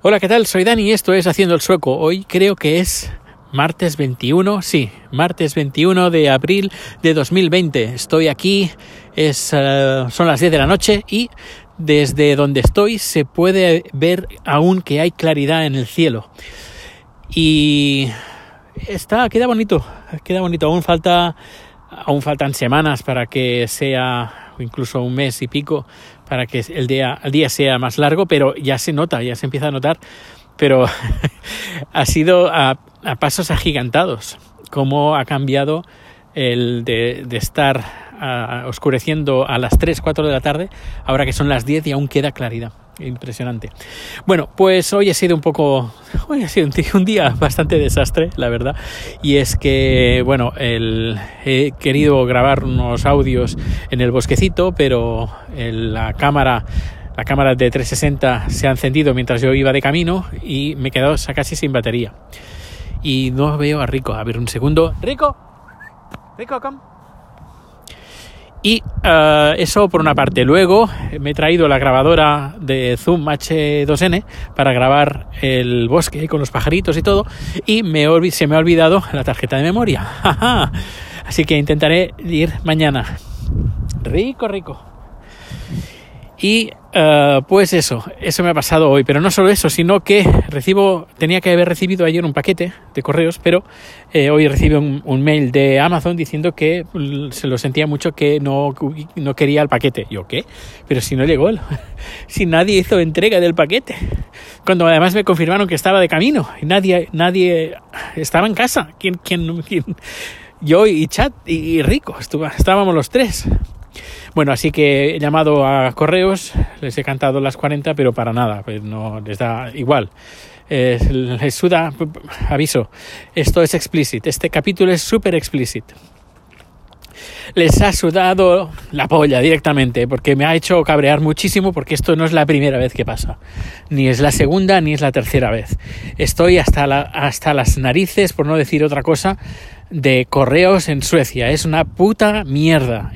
Hola, ¿qué tal? Soy Dani y esto es Haciendo el Sueco. Hoy creo que es martes 21, martes 21 de abril de 2020. Estoy aquí, son las 10 de la noche y desde donde estoy se puede ver aún que hay claridad en el cielo. Y queda bonito. Aún faltan semanas para que sea, incluso un mes y pico, para que el día sea más largo, pero ya se empieza a notar, pero ha sido a pasos agigantados cómo ha cambiado el de estar oscureciendo a las 3, 4 de la tarde, ahora que son las 10 y aún queda claridad. Impresionante. Bueno, pues hoy ha sido un día bastante desastre, la verdad, y es que, bueno, he querido grabar unos audios en el bosquecito, pero la cámara de 360 se ha encendido mientras yo iba de camino y me he quedado casi sin batería. Y no veo a Rico. A ver, un segundo. Rico, come. Y eso por una parte. Luego me he traído la grabadora de Zoom H2N para grabar el bosque con los pajaritos y todo, y se me ha olvidado la tarjeta de memoria. Así que intentaré ir mañana. Rico. Y pues eso me ha pasado hoy, pero no solo eso, sino que tenía que haber recibido ayer un paquete de correos, pero hoy recibí un mail de Amazon diciendo que se lo sentía mucho, que no quería el paquete. ¿Yo qué? Pero si no llegó, si nadie hizo entrega del paquete, cuando además me confirmaron que estaba de camino y nadie estaba en casa. ¿Quién? Yo y Chat y Rico, estábamos los tres. Bueno, así que he llamado a correos, les he cantado las 40, pero para nada, pues no les da igual. Les suda, aviso, esto es explicit, este capítulo es súper explicit. Les ha sudado la polla directamente, porque me ha hecho cabrear muchísimo, porque esto no es la primera vez que pasa, ni es la segunda ni es la tercera vez. Estoy hasta las narices, por no decir otra cosa, de correos en Suecia. Es una puta mierda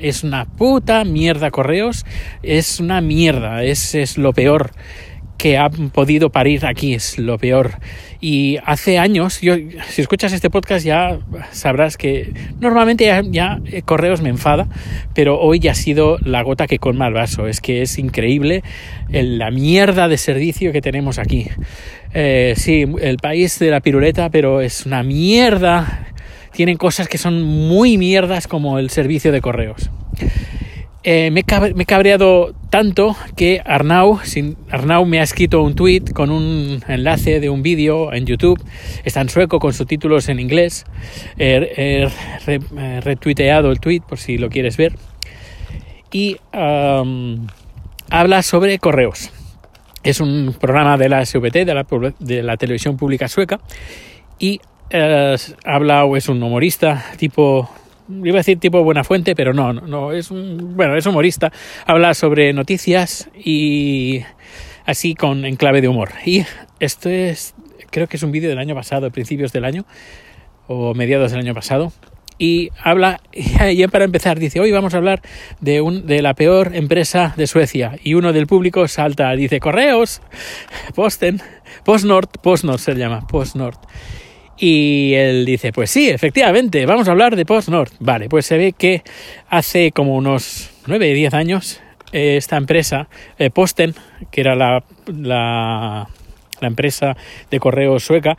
correos, es una mierda, es lo peor que han podido parir aquí, es lo peor. Y hace años, si escuchas este podcast ya sabrás que normalmente ya correos me enfada, pero hoy ya ha sido la gota que colma el vaso. Es que es increíble la mierda de servicio que tenemos aquí. Sí, el país de la piruleta, pero es una mierda. Tienen cosas que son muy mierdas, como el servicio de correos. Me he cabreado tanto que Arnau me ha escrito un tweet con un enlace de un vídeo en YouTube. Está en sueco con subtítulos en inglés. He retuiteado el tweet por si lo quieres ver. Y habla sobre correos. Es un programa de la SVT, de la televisión pública sueca. Y es un humorista tipo Buenafuente, pero no es humorista. Habla sobre noticias y así en clave de humor. Y esto creo que es un vídeo del año pasado, principios del año o mediados del año pasado. Y habla, y para empezar dice: hoy vamos a hablar de la peor empresa de Suecia. Y uno del público salta, dice: correos, PostNord se llama, PostNord. Y él dice: pues sí, efectivamente, vamos a hablar de PostNord. Vale, pues se ve que hace como unos 9, 10 años esta empresa, Posten, que era la empresa de correos sueca,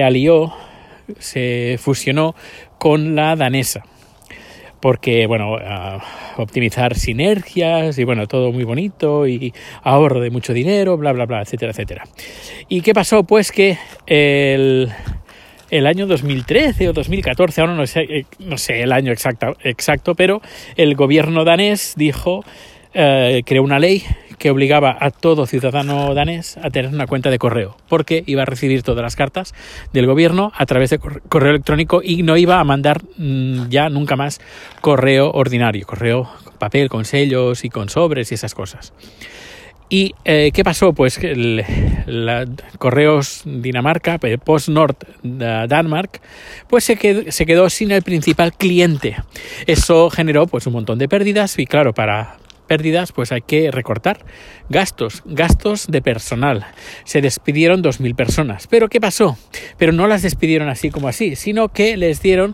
se fusionó con la danesa. Porque, optimizar sinergias y, todo muy bonito y ahorro de mucho dinero, bla, bla, bla, etcétera, etcétera. ¿Y qué pasó? Pues que el año 2013 o 2014, ahora no sé el año exacto, pero el gobierno danés creó una ley que obligaba a todo ciudadano danés a tener una cuenta de correo, porque iba a recibir todas las cartas del gobierno a través de correo electrónico y no iba a mandar ya nunca más correo ordinario, correo con papel, con sellos y con sobres y esas cosas. ¿Y qué pasó? Pues que Correos Dinamarca, PostNord Danmark, pues se quedó sin el principal cliente. Eso generó un montón de pérdidas y, claro, para pérdidas, pues hay que recortar gastos de personal. Se despidieron 2.000 personas. ¿Pero qué pasó? Pero no las despidieron así como así, sino que les dieron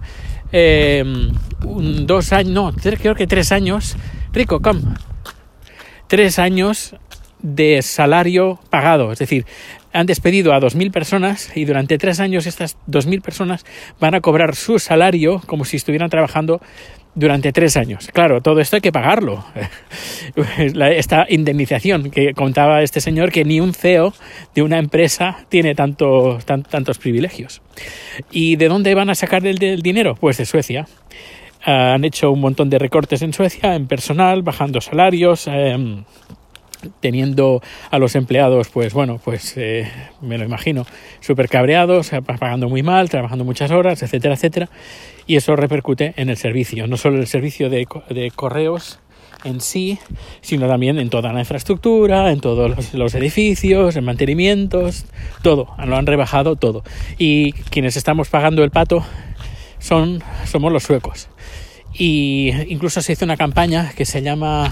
2 años, no, creo que 3 años, Rico, come, 3 años de salario pagado. Es decir, han despedido a 2.000 personas y durante 3 años estas 2.000 personas van a cobrar su salario como si estuvieran trabajando durante 3 años. Claro, todo esto hay que pagarlo. Esta indemnización que contaba este señor, que ni un CEO de una empresa tiene tantos privilegios. ¿Y de dónde van a sacar el dinero? Pues de Suecia. Han hecho un montón de recortes en Suecia, en personal, bajando salarios, teniendo a los empleados, pues bueno, pues me lo imagino, súper cabreados, pagando muy mal, trabajando muchas horas, etcétera, etcétera. Y eso repercute en el servicio, no solo el servicio de correos en sí, sino también en toda la infraestructura, en todos los edificios, en mantenimientos, todo, lo han rebajado todo. Y quienes estamos pagando el pato somos los suecos. Y incluso se hizo una campaña que se llama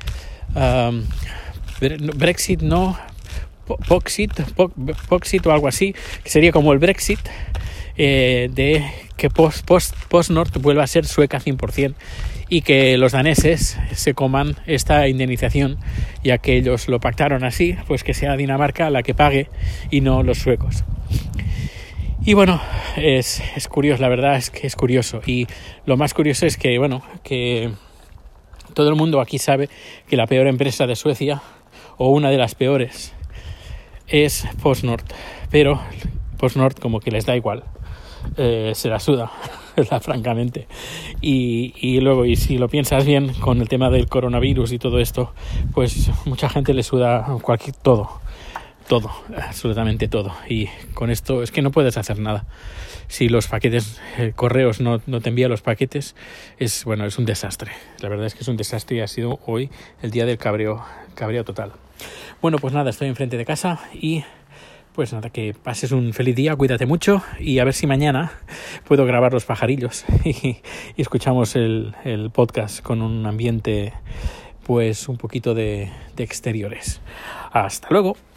Brexit, no, Poxit o algo así, que sería como el Brexit, de que PostNord vuelva a ser sueca 100% y que los daneses se coman esta indemnización, ya que ellos lo pactaron así, pues que sea Dinamarca la que pague y no los suecos. Y bueno, es curioso, la verdad es que es curioso. Y lo más curioso es que, bueno, que todo el mundo aquí sabe que la peor empresa de Suecia, o una de las peores, es PostNord. Pero PostNord como que les da igual, se la suda, francamente. Y luego, y si lo piensas bien, con el tema del coronavirus y todo esto, pues mucha gente le suda todo, absolutamente todo. Y con esto es que no puedes hacer nada. Si los paquetes, correos no te envían los paquetes, es un desastre. La verdad es que es un desastre y ha sido hoy el día del cabreo total. Bueno, pues nada, estoy enfrente de casa y pues nada, que pases un feliz día, cuídate mucho y a ver si mañana puedo grabar los pajarillos y escuchamos el podcast con un ambiente pues un poquito de exteriores. Hasta luego.